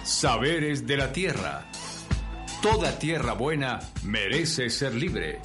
Saberes de la tierra. Toda tierra buena merece ser libre.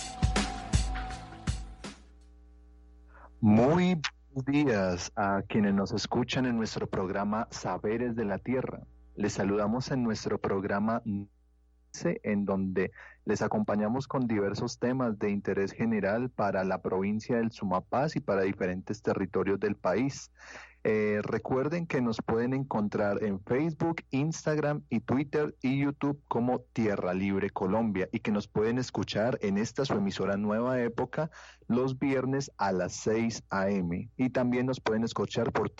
Muy buenos días a quienes nos escuchan en nuestro programa Saberes de la Tierra. Les saludamos en nuestro programa en donde les acompañamos con diversos temas de interés general para la provincia del Sumapaz y para diferentes territorios del país. Recuerden que nos pueden encontrar en Facebook, Instagram y Twitter y YouTube como Tierra Libre Colombia, y que nos pueden escuchar en esta su emisora Nueva Época los viernes a las 6 a.m. y también nos pueden escuchar por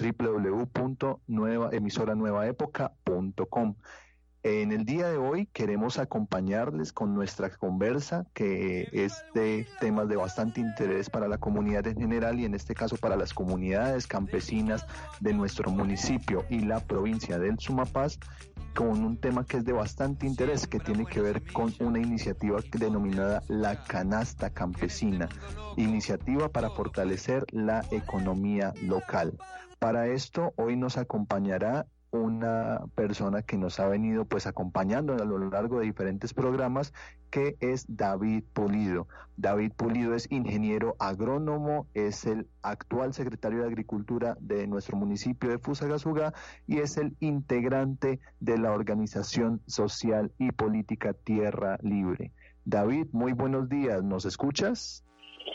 www.emisoranuevaepoca.com. En el día de hoy queremos acompañarles con nuestra conversa, que es de temas de bastante interés para la comunidad en general y en este caso para las comunidades campesinas de nuestro municipio y la provincia del Sumapaz, con un tema que es de bastante interés, que tiene que ver con una iniciativa denominada la Canasta Campesina, iniciativa para fortalecer la economía local. Para esto hoy nos acompañará una persona que nos ha venido pues acompañando a lo largo de diferentes programas, que es David Pulido. David Pulido es ingeniero agrónomo, es el actual secretario de Agricultura de nuestro municipio de Fusagasugá y es el integrante de la organización social y política Tierra Libre. David, muy buenos días, ¿nos escuchas?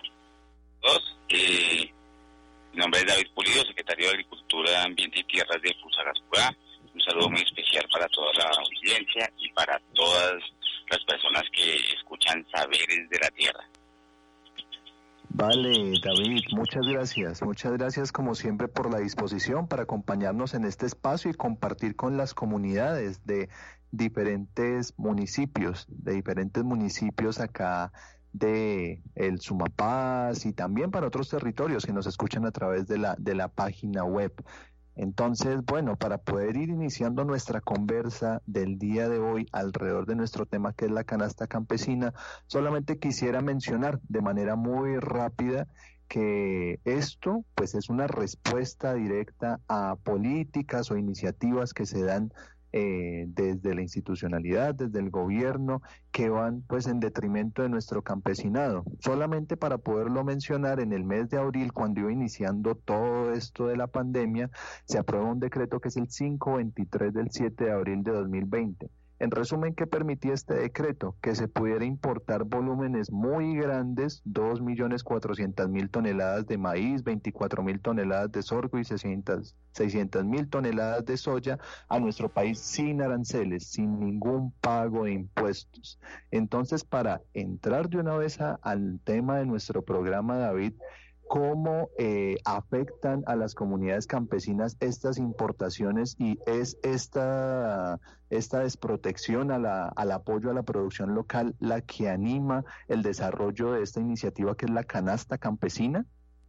Mi nombre es David Pulido, secretario de Agricultura, Ambiente y Tierras de Fusagasugá. Un saludo muy especial para toda la audiencia y para todas las personas que escuchan Saberes de la Tierra. Vale, David, muchas gracias como siempre por la disposición para acompañarnos en este espacio y compartir con las comunidades de diferentes municipios acá de el Sumapaz y también para otros territorios que nos escuchan a través de la página web. Entonces, bueno, para poder ir iniciando nuestra conversa del día de hoy alrededor de nuestro tema, que es la canasta campesina, solamente quisiera mencionar de manera muy rápida que esto pues es una respuesta directa a políticas o iniciativas que se dan desde la institucionalidad, desde el gobierno, que van pues en detrimento de nuestro campesinado. Solamente para poderlo mencionar, en el mes de abril, cuando iba iniciando todo esto de la pandemia, se aprueba un decreto que es el 523 del 7 de abril de 2020. En resumen, ¿qué permitía este decreto? Que se pudiera importar volúmenes muy grandes, 2.400.000 toneladas de maíz, 24.000 toneladas de sorgo y 600.000 toneladas de soya a nuestro país sin aranceles, sin ningún pago de impuestos. Entonces, para entrar de una vez al tema de nuestro programa, David, ¿cómo afectan a las comunidades campesinas estas importaciones y es esta desprotección al apoyo a la producción local la que anima el desarrollo de esta iniciativa que es la canasta campesina?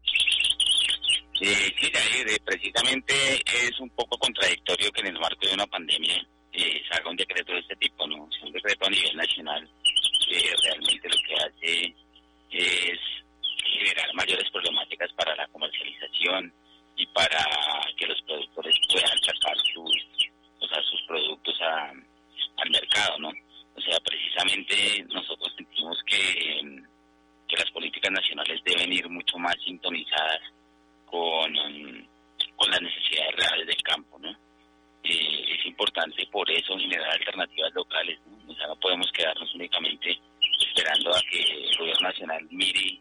Sí, Jair, precisamente es un poco contradictorio que en el marco de una pandemia salga un decreto de este tipo, ¿no? Es un decreto a nivel nacional que realmente lo que hace es generar mayores problemáticas para la comercialización y para que los productores puedan sacar sus productos al mercado, ¿no? O sea, precisamente nosotros sentimos que las políticas nacionales deben ir mucho más sintonizadas con las necesidades reales del campo, ¿no? Es importante por eso generar alternativas locales, ¿no? O sea, no podemos quedarnos únicamente esperando a que el gobierno nacional mire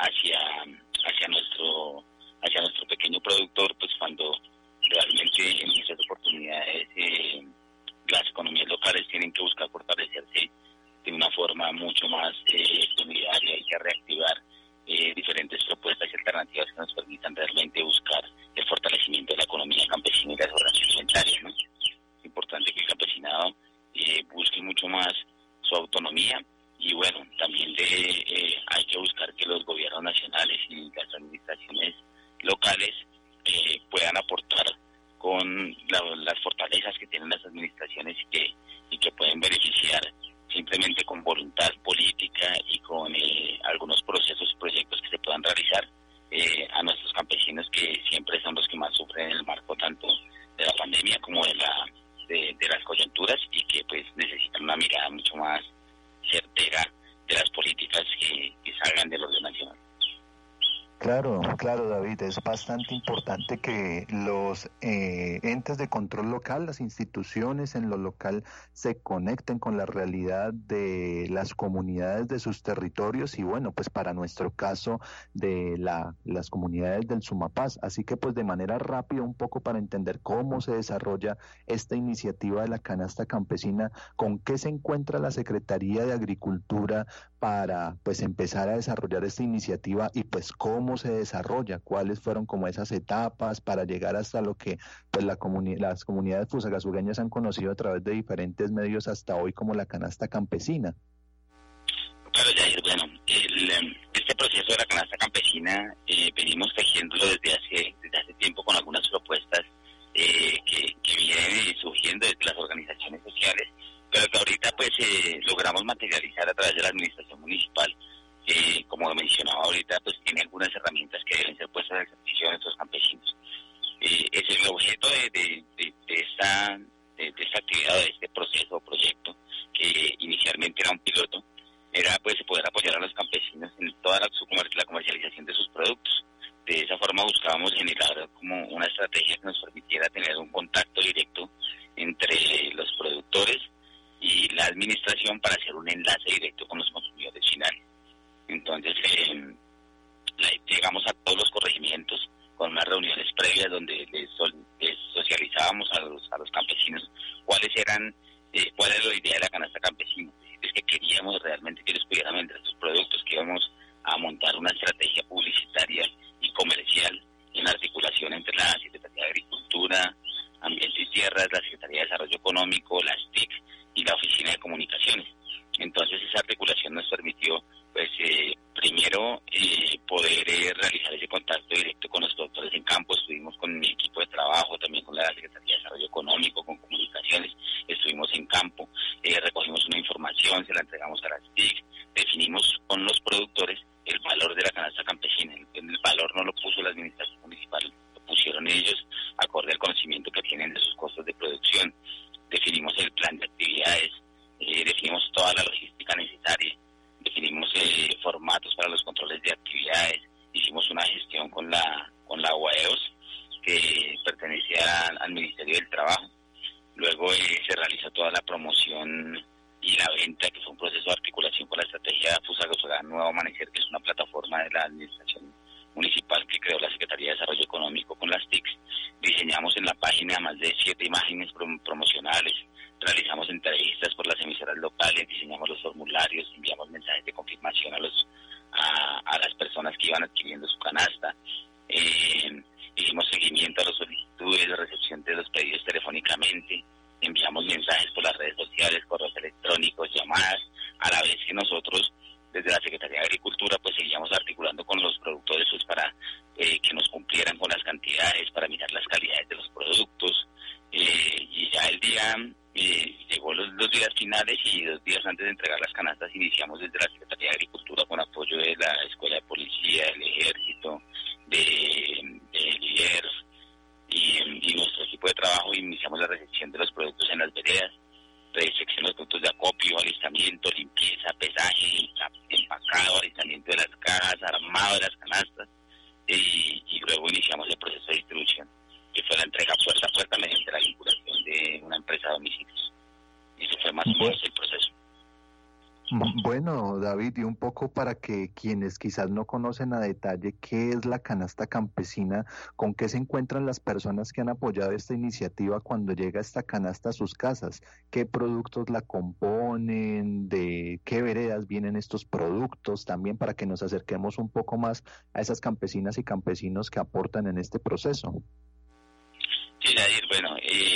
hacia nuestro pequeño productor, pues cuando realmente en muchas oportunidades las economías locales tienen que buscar fortalecerse de una forma mucho más solidaria. Hay que reactivar diferentes propuestas y alternativas que nos permitan realmente buscar el fortalecimiento de la economía campesina y las organizaciones alimentarias, ¿no? Es importante que el campesinado busque mucho más su autonomía y bueno, también hay que buscar que los gobiernos nacionales y las administraciones locales puedan aportar con las fortalezas que tienen las administraciones y que pueden beneficiar simplemente con voluntad política y con algunos proyectos que se puedan realizar a nuestros campesinos, que siempre son los que más sufren en el marco tanto de la pandemia como de las coyunturas Claro, David, es bastante importante que los entes de control local, las instituciones en lo local, se conecten con la realidad de las comunidades de sus territorios y bueno, pues para nuestro caso de las comunidades del Sumapaz. Así que pues de manera rápida un poco para entender cómo se desarrolla esta iniciativa de la canasta campesina, con qué se encuentra la Secretaría de Agricultura para pues empezar a desarrollar esta iniciativa y pues cómo se desarrolla, cuáles fueron como esas etapas para llegar hasta lo que pues las comunidades fusagasureñas han conocido a través de diferentes medios hasta hoy como la canasta campesina. Claro, Jair, bueno, este proceso de la canasta campesina venimos tejiéndolo desde hace tiempo con algunas propuestas que vienen surgiendo desde las organizaciones sociales, pero que ahorita pues logramos materializar a través de la administración municipal. Como mencionaba ahorita, pues tiene algunas herramientas que deben ser puestas al servicio de nuestros campesinos. Es el objeto de esta actividad, de este proceso o proyecto, que inicialmente era un piloto, era pues poder apoyar a los campesinos en toda la comercialización de sus productos. De esa forma buscábamos generar como una estrategia que nos permitiera tener un contacto directo entre los productores y la administración para hacer un enlace directo con los consumidores finales. Entonces, llegamos a todos los corregimientos con unas reuniones previas donde les socializábamos a los campesinos cuál era la idea de la canasta campesina. Es que queríamos realmente que ellos pudieran vender sus productos, que íbamos a montar una estrategia publicitaria y comercial en articulación entre la Secretaría de Agricultura, Ambiente y Tierras, la Secretaría de Desarrollo Económico, las TIC y la Oficina de Comunicaciones. Entonces esa articulación nos permitió pues primero poder realizar ese contacto directo con los productores en campo. Estuvimos con mi equipo de trabajo, también con la Secretaría de Desarrollo Económico, con Comunicaciones, estuvimos en campo, recogimos una información, se la entregamos a las TIC, definimos con los productores el valor de la canasta campesina. El valor no lo puso la administración municipal, lo pusieron ellos acorde al conocimiento que tienen de sus costos de producción. Definimos el plan de actividades, definimos toda la logística necesaria, definimos formatos para los controles de actividades, hicimos una gestión con la UAEOS, que pertenece al Ministerio del Trabajo. Luego se realizó toda la promoción y la venta, que fue un proceso de articulación con la estrategia Fusagasugá Nuevo Amanecer, que es una plataforma de la administración municipal que creó la Secretaría de Desarrollo Económico con las TICs. Diseñamos en la página más de 7 imágenes promocionales, realizamos entrevistas por las emisoras locales, diseñamos los formularios, enviamos mensajes de confirmación a las personas que iban adquiriendo su canasta. Hicimos seguimiento a las solicitudes de recepción de los pedidos telefónicamente, enviamos mensajes por las redes sociales, correos electrónicos, llamadas, a la vez que nosotros desde la Secretaría de Agricultura pues seguíamos articulando con los productores pues para que nos cumplieran con las cantidades, para mirar las calidades de los productos, y ya el día llegó los días finales, y 2 días antes de entregar las canastas iniciamos desde la Secretaría de Agricultura, con apoyo de la Escuela de Policía, del Ejército, del IER y nuestro equipo de trabajo, iniciamos la recepción de los productos en las veredas, recepción de los productos de acopio, alistamiento, limpieza, pesaje, empacado, alistamiento de las cajas, armado de las canastas, y luego iniciamos el proceso de distribución, que fue la entrega puerta a puerta mediante la vinculación de una empresa de domicilios. Eso fue más o menos el proceso. Bueno, David, y un poco para que quienes quizás no conocen a detalle qué es la canasta campesina, con qué se encuentran las personas que han apoyado esta iniciativa cuando llega esta canasta a sus casas, qué productos la componen, de qué veredas vienen estos productos, también para que nos acerquemos un poco más a esas campesinas y campesinos que aportan en este proceso. Sí, Jair, bueno,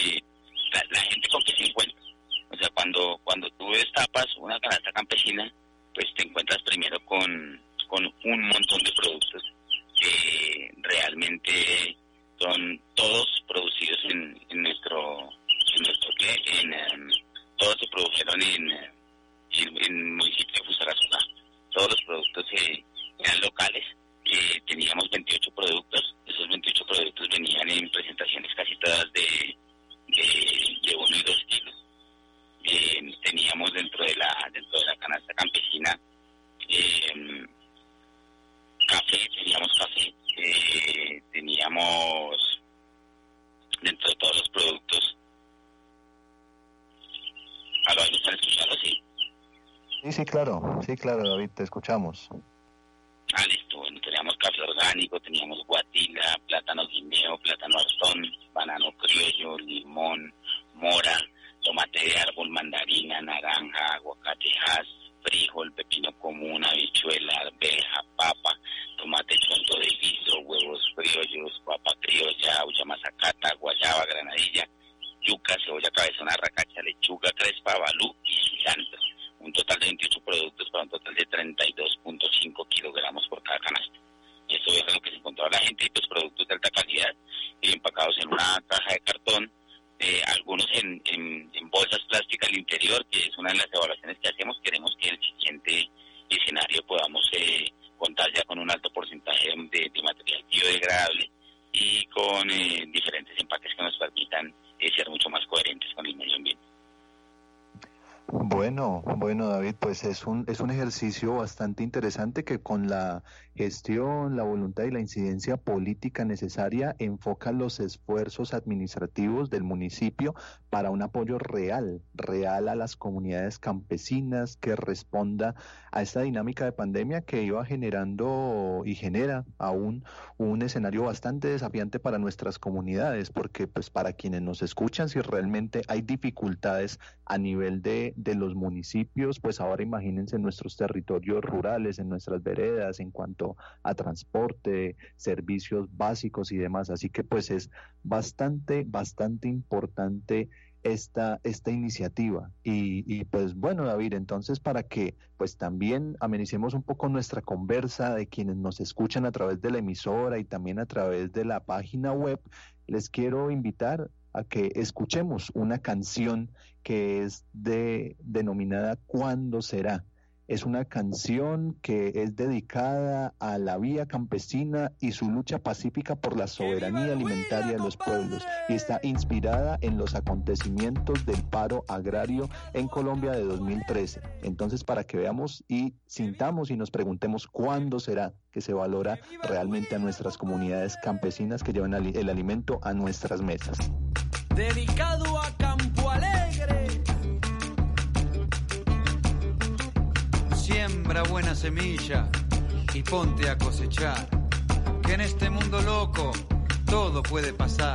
la gente con que se encuentra. O sea, cuando tú destapas una canasta campesina, pues te encuentras primero con un montón de productos que realmente son todos producidos en nuestro todos se produjeron en el municipio de Fusagasugá. Todos los productos eran locales. Teníamos 28 productos. Esos 28 productos venían en presentaciones casi todas de 1 y 2 kilos. Teníamos dentro de la canasta campesina café, teníamos café dentro de todos los productos. ¿Aló, me están escuchando? Sí. Sí, claro, David, te escuchamos. Listo. Bueno, teníamos café orgánico, teníamos guatila, plátano guineo, plátano arzón, banano criollo, limón, mora, tomate de árbol, mandarina, naranja, aguacate haz, frijol, pepino común, habichuela, arveja, papa, tomate chonto de guiso, huevos criollos, papa criolla, aulla mazacata, guayaba, granadilla, yuca, cebolla cabezona, racacha, lechuga, crespa, balú y cilantro. Un total de 28 productos para un total de 32.5 kilogramos por cada canasta. Eso es lo que se encontró la gente, y pues productos de alta calidad, empacados en una caja de cartón, algunos en bolsas plásticas al interior, que es una de las evaluaciones que hacemos. Queremos que en el siguiente escenario podamos contar ya con un alto porcentaje de material biodegradable y con diferentes empaques que nos permitan ser mucho más coherentes con el medio ambiente. Bueno, David, pues es un ejercicio bastante interesante que con la gestión, la voluntad y la incidencia política necesaria enfoca los esfuerzos administrativos del municipio para un apoyo real a las comunidades campesinas, que responda a esta dinámica de pandemia que iba generando y genera aún un escenario bastante desafiante para nuestras comunidades, porque pues para quienes nos escuchan, si realmente hay dificultades a nivel de los municipios, pues ahora imagínense en nuestros territorios rurales, en nuestras veredas, en cuanto a transporte, servicios básicos y demás. Así que pues es bastante importante esta iniciativa. Y pues bueno, David, entonces para que pues también amenicemos un poco nuestra conversa de quienes nos escuchan a través de la emisora y también a través de la página web, les quiero invitar a que escuchemos una canción que es denominada ¿Cuándo será? Es una canción que es dedicada a la vía campesina y su lucha pacífica por la soberanía alimentaria de los pueblos, y está inspirada en los acontecimientos del paro agrario en Colombia de 2013. Entonces, para que veamos y sintamos y nos preguntemos cuándo será que se valora realmente a nuestras comunidades campesinas que llevan el alimento a nuestras mesas. Dedicado a Campo Alegre. Siembra buena semilla y ponte a cosechar, que en este mundo loco todo puede pasar.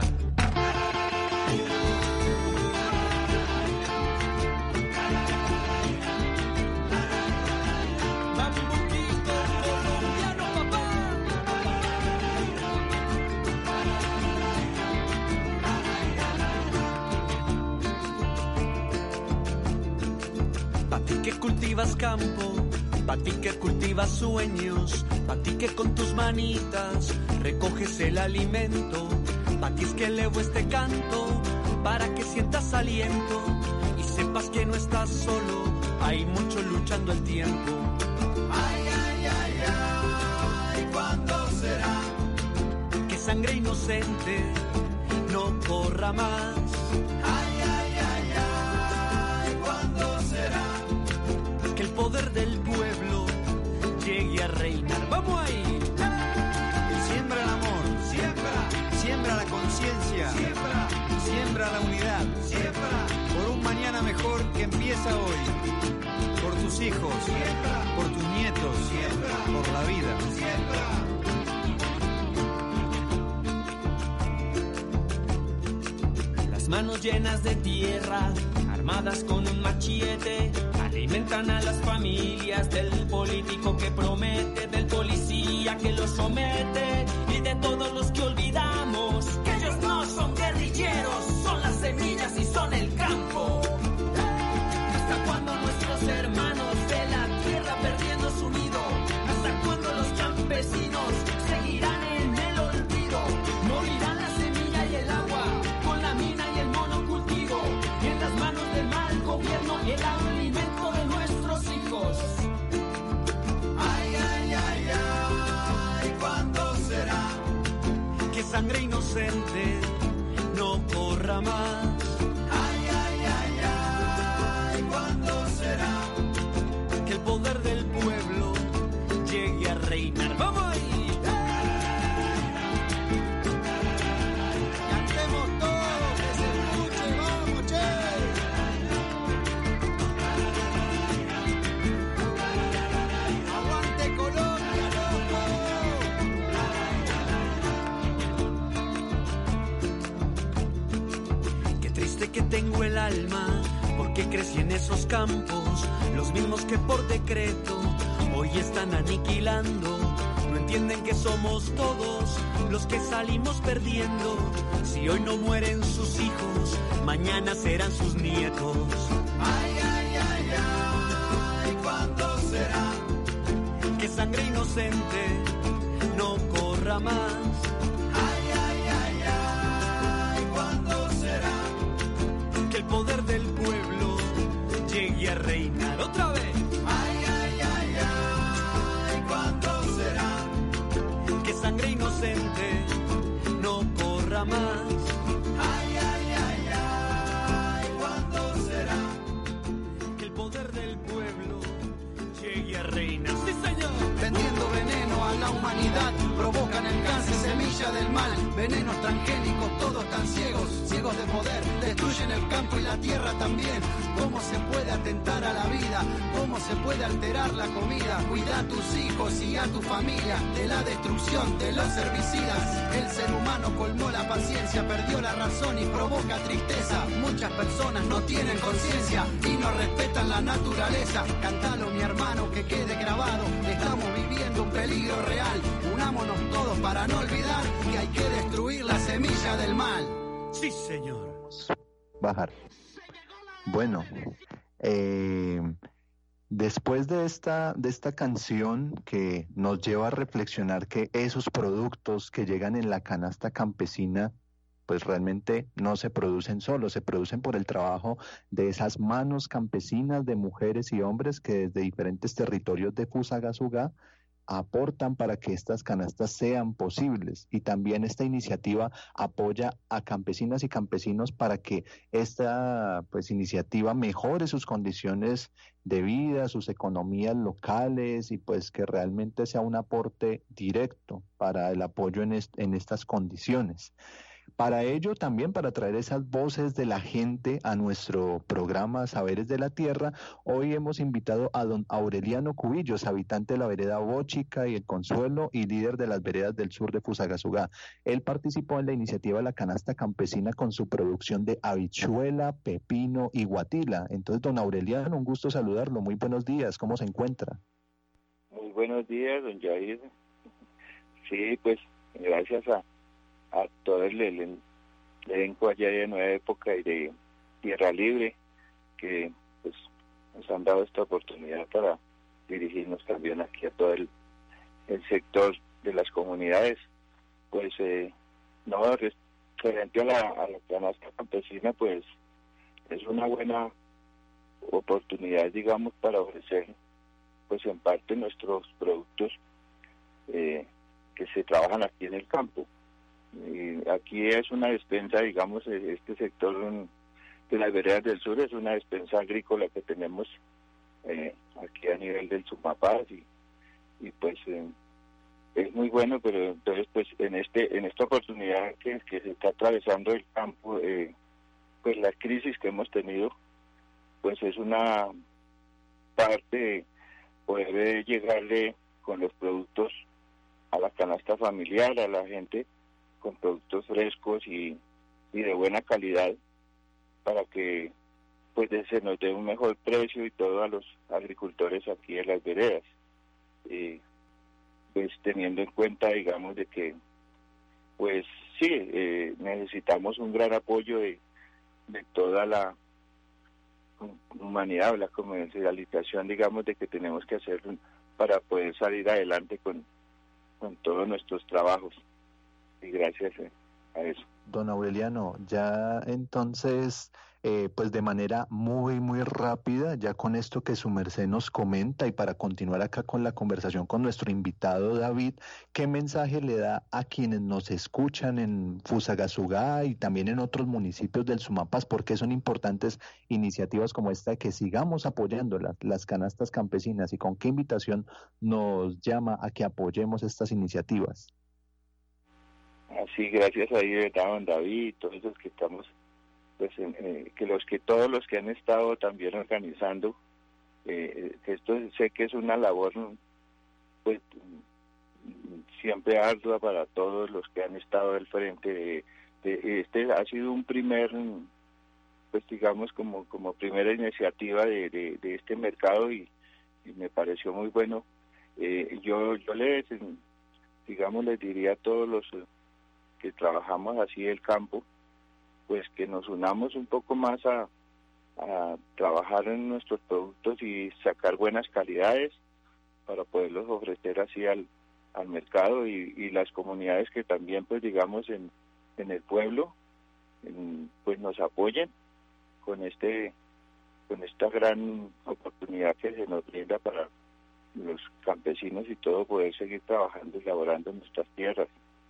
Pa' ti que cultivas campo, pa' ti que cultivas sueños, pa' ti que con tus manitas recoges el alimento, pa' ti es que elevo este canto, para que sientas aliento y sepas que no estás solo, hay mucho luchando el tiempo. Ay, ay, ay, ay, ¿cuándo será que sangre inocente no corra más? Ay, ay, ay, ay, ¿cuándo será que el poder del pueblo llegue a reinar? ¡Vamos ahí! Siembra el amor, siembra la conciencia, siembra la unidad, por un mañana mejor que empieza hoy, por tus hijos, por tus nietos, por la vida. Las manos llenas de tierra, armadas con un machete, alimentan a las familias del político que promete, del policía que los somete y de todos los que olvidamos que ellos no son guerrilleros, son las semillas y son el campo. ¿Hasta cuándo nuestros hermanos de la tierra perdiendo su nido? ¿Hasta cuándo los campesinos seguirán en el olvido? Morirán la semilla y el agua con la mina y el monocultivo, y en las manos del mal gobierno el alimento de nuestros hijos. Ay, ay, ay, ay, ¿cuándo será que sangre inocente sé que tengo el alma, porque crecí en esos campos, los mismos que por decreto hoy están aniquilando. No entienden que somos todos los que salimos perdiendo. Si hoy no mueren sus hijos, mañana serán sus nietos. Ay, ay, ay, ay, ¿cuándo será que sangre inocente no corra más? Ay, ay, ay, ay, ¿cuándo será que el poder del pueblo llegue a reinar otra vez? Ay, ay, ay, ay, ¿cuándo será que sangre inocente no corra más? Ay, ay, ay, ay, ¿cuándo será que el poder del pueblo llegue a reinar? ¡Sí, señor! Vendiendo veneno a la humanidad, provocan el cáncer, semilla del mal, venenos transgénicos, todos tan ciegos, ciegos de poder, destruyen el campo y la tierra también. ¿Cómo se puede atentar a la vida? ¿Cómo se puede alterar la comida? Cuida a tus hijos y a tu familia de la destrucción de los herbicidas. El ser humano colmó la paciencia, perdió la razón y provoca tristeza. Muchas personas no tienen conciencia y no respetan la naturaleza. Cántalo, mi hermano, que quede grabado. Estamos viviendo un peligro real. Unámonos todos para no olvidar que hay que destruir la semilla del mal. Sí, señor. Bajar. Bueno, después de esta canción que nos lleva a reflexionar que esos productos que llegan en la canasta campesina, pues realmente no se producen solos, se producen por el trabajo de esas manos campesinas de mujeres y hombres que desde diferentes territorios de Fusagasugá aportan para que estas canastas sean posibles, y también esta iniciativa apoya a campesinas y campesinos para que esta iniciativa mejore sus condiciones de vida, sus economías locales, y pues que realmente sea un aporte directo para el apoyo en estas condiciones. Para ello también, para traer esas voces de la gente a nuestro programa Saberes de la Tierra, hoy hemos invitado a don Aureliano Cubillos, habitante de la vereda Bochica y El Consuelo y líder de las veredas del sur de Fusagasugá. Él participó en la iniciativa La Canasta Campesina con su producción de habichuela, pepino y guatila. Entonces, don Aureliano, un gusto saludarlo. Muy buenos días, ¿cómo se encuentra? Muy buenos días, don Jair. Sí, pues gracias a todo el elenco allá de Nueva Época y de Tierra Libre, que pues nos han dado esta oportunidad para dirigirnos también aquí a todo el sector de las comunidades. Pues referente a la canasta campesina, pues es una buena oportunidad, digamos, para ofrecer pues en parte nuestros productos que se trabajan aquí en el campo. Y aquí es una despensa, digamos, este sector de las veredas del sur es una despensa agrícola que tenemos aquí a nivel del Sumapaz y pues es muy bueno, pero entonces pues en esta oportunidad que se está atravesando el campo, pues la crisis que hemos tenido, pues es una parte de poder llegarle con los productos a la canasta familiar, a la gente, con productos frescos y de buena calidad, para que pues se nos dé un mejor precio y todo a los agricultores aquí de las veredas, pues teniendo en cuenta, digamos, de que pues sí, necesitamos un gran apoyo de toda la humanidad, la comercialización, digamos, de que tenemos que hacer para poder salir adelante con todos nuestros trabajos. Y gracias a eso. Don Aureliano, ya entonces, pues de manera muy, muy rápida, ya con esto que su merced nos comenta y para continuar acá con la conversación con nuestro invitado David, ¿qué mensaje le da a quienes nos escuchan en Fusagasugá y también en otros municipios del Sumapaz? ¿Por qué son importantes iniciativas como esta de que sigamos apoyando las canastas campesinas, y con qué invitación nos llama a que apoyemos estas iniciativas? Así, gracias a don David, todos los que estamos, pues todos los que han estado también organizando, esto sé que es una labor, pues siempre ardua para todos los que han estado al frente. Este ha sido un primer pues digamos como primera iniciativa de este mercado y me pareció muy bueno. Yo les diría a todos los que trabajamos así del campo, pues que nos unamos un poco más a trabajar en nuestros productos y sacar buenas calidades para poderlos ofrecer así al mercado y las comunidades que también pues digamos en el pueblo pues nos apoyen con esta gran oportunidad que se nos brinda para los campesinos y todo poder seguir trabajando y laborando en nuestras tierras.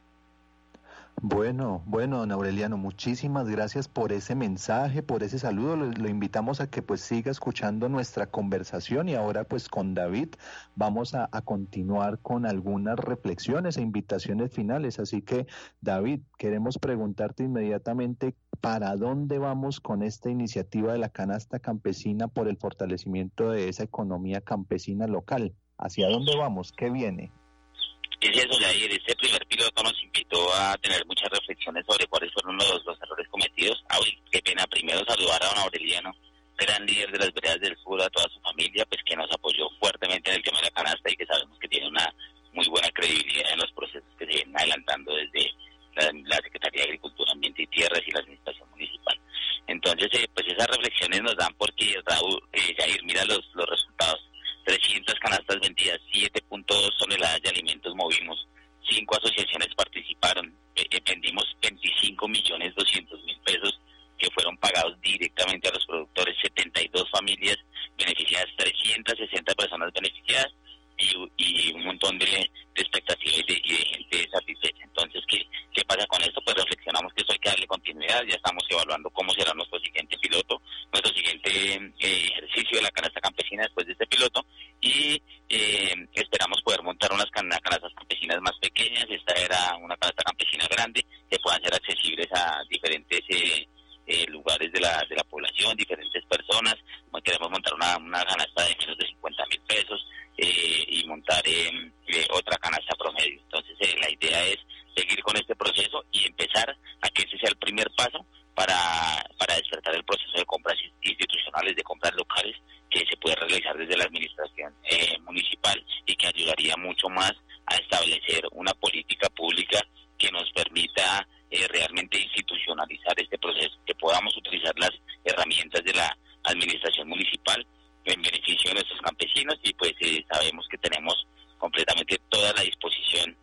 Bueno, don Aureliano, muchísimas gracias por ese mensaje, por ese saludo. Lo invitamos a que pues siga escuchando nuestra conversación y ahora pues con David vamos a continuar con algunas reflexiones e invitaciones finales. Así que David, queremos preguntarte inmediatamente ¿para dónde vamos con esta iniciativa de la canasta campesina por el fortalecimiento de esa economía campesina local? ¿Hacia dónde vamos? ¿Qué viene? Es eso, Jair. Este primer piloto nos invitó a tener muchas reflexiones sobre cuáles fueron los errores cometidos. Qué pena, primero saludar a don Aureliano, gran líder de las veredas del sur, a toda su familia, pues que nos apoyó fuertemente en el tema de la canasta y que sabemos que tiene una muy buena credibilidad en los procesos que se vienen adelantando desde la Secretaría de Agricultura, Ambiente y Tierras y la Administración Municipal. Entonces, pues esas reflexiones nos dan porque, Raúl, Jair, mira los resultados. 300 canastas vendidas, 7.2 toneladas de alimentos movimos, 5 asociaciones participaron, vendimos 25.200.000 pesos que fueron pagados directamente a los productores, 72 familias beneficiadas, 360 personas beneficiadas y un montón de expectativas y de gente satisfecha. Entonces, ¿qué pasa con esto? Pues reflexionamos que eso hay que darle continuidad, ya estamos evaluando cómo será nuestro siguiente piloto, nuestro siguiente ejercicio de la canasta campesina después de este piloto y esperamos poder montar unas canastas campesinas más pequeñas. Esta era una canasta campesina grande que puedan ser accesibles a diferentes lugares de la población, diferentes personas. Queremos montar una canasta de menos de 50.000 pesos y montar otra canasta promedio. Entonces la idea es seguir con este proceso y empezar a que ese sea el primer paso para despertar el proceso de compras institucionales, de compras locales, que se puede realizar desde la administración municipal y que ayudaría mucho más a establecer una política pública que nos permita realmente institucionalizar este proceso, que podamos utilizar las herramientas de la administración municipal en beneficio de nuestros campesinos y pues sabemos que tenemos completamente toda la disposición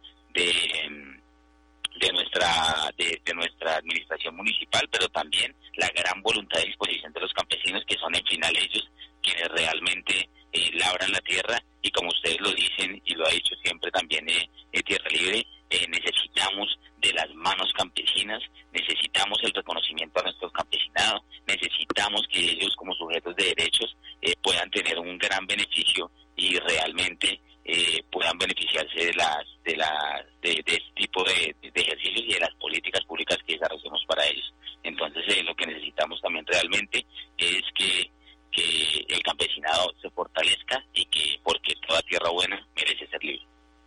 de nuestra administración municipal, pero también la gran voluntad de disposición de los campesinos, que son en final ellos quienes realmente labran la tierra y como ustedes lo dicen y lo ha dicho siempre también Tierra Libre, necesitamos de las manos campesinas, necesitamos el reconocimiento a nuestro campesinado, necesitamos que ellos como sujetos de derechos puedan tener un gran beneficio y realmente puedan beneficiarse de este tipo de ejercicios y de las políticas públicas que desarrollemos para ellos. Entonces lo que necesitamos también realmente es que el campesinado se fortalezca y que porque toda tierra buena merece ser libre.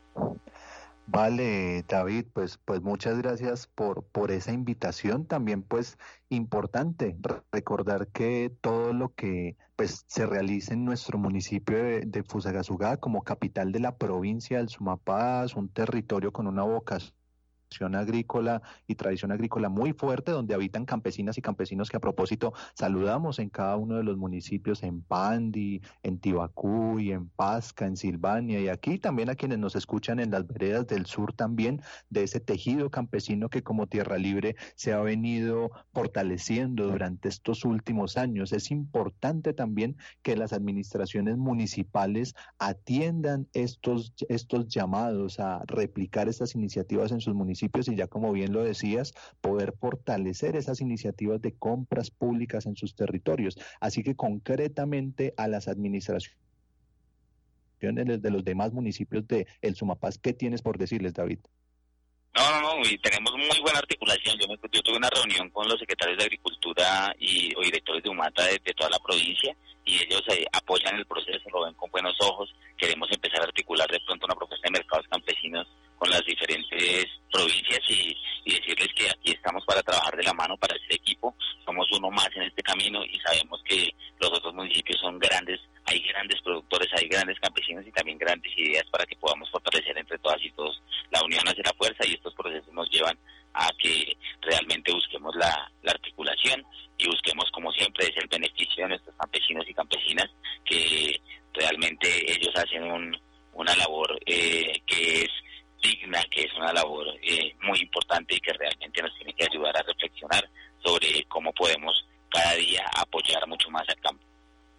Vale, David, pues muchas gracias por esa invitación. También pues importante recordar que todo lo que pues se realiza en nuestro municipio de Fusagasugá como capital de la provincia del Sumapaz, un territorio con una vocación agrícola y tradición agrícola muy fuerte, donde habitan campesinas y campesinos que a propósito saludamos en cada uno de los municipios, en Pandi, en Tibacuy, en Pasca, en Silvania y aquí también a quienes nos escuchan en las veredas del sur también de ese tejido campesino que como Tierra Libre se ha venido fortaleciendo durante estos últimos años. Es importante también que las administraciones municipales atiendan estos llamados a replicar estas iniciativas en sus municipios y ya como bien lo decías, poder fortalecer esas iniciativas de compras públicas en sus territorios. Así que concretamente a las administraciones de los demás municipios de El Sumapaz, ¿qué tienes por decirles, David? No, y tenemos muy buena articulación. Yo tuve una reunión con los secretarios de Agricultura o directores de UMATA de toda la provincia y ellos apoyan el proceso, lo ven con buenos ojos. Queremos empezar a articular de pronto una propuesta de mercados campesinos con las diferentes provincias y decirles que aquí estamos para trabajar de la mano para este equipo. Somos uno más en este camino y sabemos que los otros municipios son grandes, hay grandes productores, hay grandes campesinos y también grandes ideas para que podamos fortalecer entre todas y todos. La unión hace la fuerza y estos procesos nos llevan a que realmente busquemos la articulación y busquemos, como siempre, es el beneficio de nuestros campesinos y campesinas, que realmente ellos hacen una labor que es digna, que es una labor muy importante y que realmente nos tiene que ayudar a reflexionar sobre cómo podemos cada día apoyar mucho más al campo.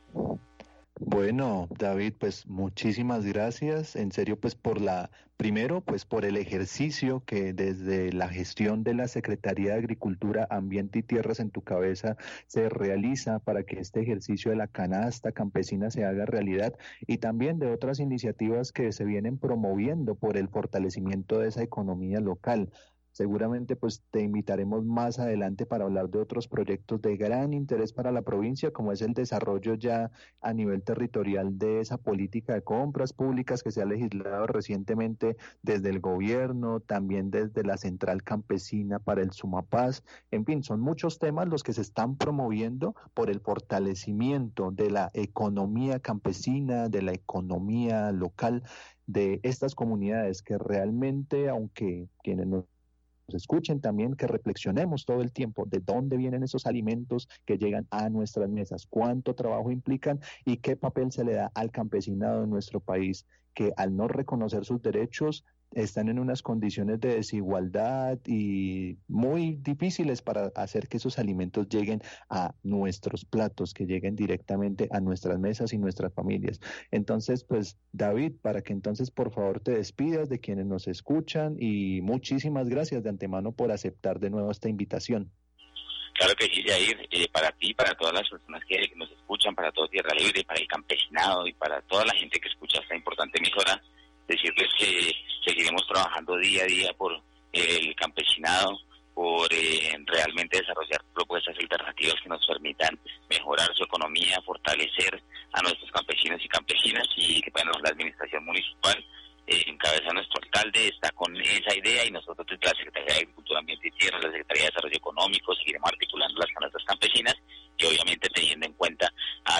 Bueno, David, pues muchísimas gracias, en serio, pues primero, pues por el ejercicio que desde la gestión de la Secretaría de Agricultura, Ambiente y Tierras en tu cabeza se realiza para que este ejercicio de la canasta campesina se haga realidad, y también de otras iniciativas que se vienen promoviendo por el fortalecimiento de esa economía local. Seguramente pues te invitaremos más adelante para hablar de otros proyectos de gran interés para la provincia, como es el desarrollo ya a nivel territorial de esa política de compras públicas que se ha legislado recientemente desde el gobierno, también desde la Central Campesina para el Sumapaz. En fin, son muchos temas los que se están promoviendo por el fortalecimiento de la economía campesina, de la economía local de estas comunidades que realmente, aunque quienes nos escuchen también, que reflexionemos todo el tiempo de dónde vienen esos alimentos que llegan a nuestras mesas, cuánto trabajo implican y qué papel se le da al campesinado en nuestro país, que al no reconocer sus derechos están en unas condiciones de desigualdad y muy difíciles para hacer que esos alimentos lleguen a nuestros platos, que lleguen directamente a nuestras mesas y nuestras familias. Entonces, pues, David, para que entonces por favor te despidas de quienes nos escuchan, y muchísimas gracias de antemano por aceptar de nuevo esta invitación. Claro que sí, Jair, para ti, para todas las personas que nos escuchan, para todo Tierra Libre, para el campesinado y para toda la gente que escucha esta importante emisora, decirles que seguiremos trabajando día a día por el campesinado, por realmente desarrollar propuestas alternativas que nos permitan mejorar su economía, fortalecer a nuestros campesinos y campesinas, y bueno, la administración municipal en cabeza de nuestro alcalde está con esa idea, y nosotros desde la Secretaría de Agricultura, Ambiente y Tierra, la Secretaría de Desarrollo Económico, seguiremos articulando las canastas campesinas y obviamente teniendo en cuenta a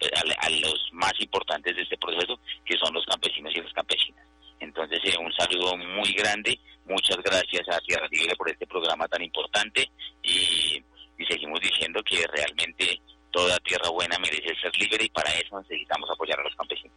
los más importantes de este proceso, que son los campesinos y las campesinas. Entonces, un saludo muy grande, muchas gracias a Tierra Libre por este programa tan importante, y seguimos diciendo que realmente toda tierra buena merece ser libre, y para eso necesitamos apoyar a los campesinos.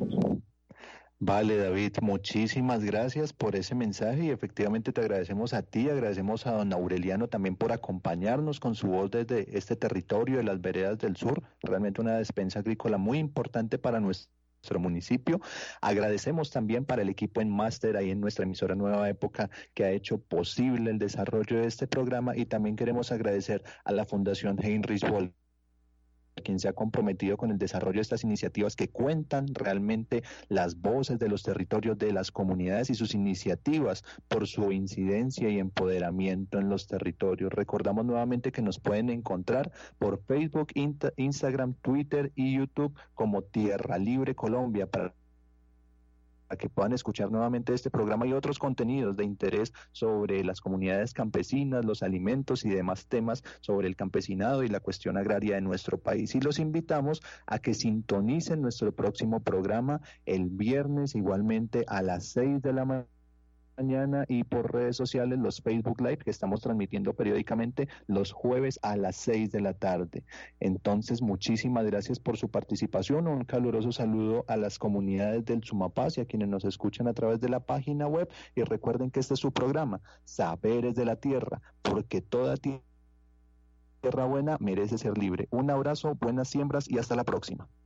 Vale, David, muchísimas gracias por ese mensaje, y efectivamente te agradecemos a ti, agradecemos a don Aureliano también por acompañarnos con su voz desde este territorio de las veredas del sur, realmente una despensa agrícola muy importante para nuestro municipio. Agradecemos también para el equipo en máster ahí en nuestra emisora Nueva Época, que ha hecho posible el desarrollo de este programa, y también queremos agradecer a la Fundación Heinrich Böll, quien se ha comprometido con el desarrollo de estas iniciativas que cuentan realmente las voces de los territorios, de las comunidades y sus iniciativas por su incidencia y empoderamiento en los territorios. Recordamos nuevamente que nos pueden encontrar por Facebook, Instagram, Twitter y YouTube como Tierra Libre Colombia, para que puedan escuchar nuevamente este programa y otros contenidos de interés sobre las comunidades campesinas, los alimentos y demás temas sobre el campesinado y la cuestión agraria de nuestro país. Y los invitamos a que sintonicen nuestro próximo programa el viernes, igualmente a las 6 de la mañana, y por redes sociales los Facebook Live que estamos transmitiendo periódicamente los jueves a las 6 de la tarde. Entonces, muchísimas gracias por su participación. Un caluroso saludo a las comunidades del Sumapaz y a quienes nos escuchan a través de la página web, y recuerden que este es su programa Saberes de la Tierra, porque toda tierra buena merece ser libre. Un abrazo, buenas siembras y hasta la próxima.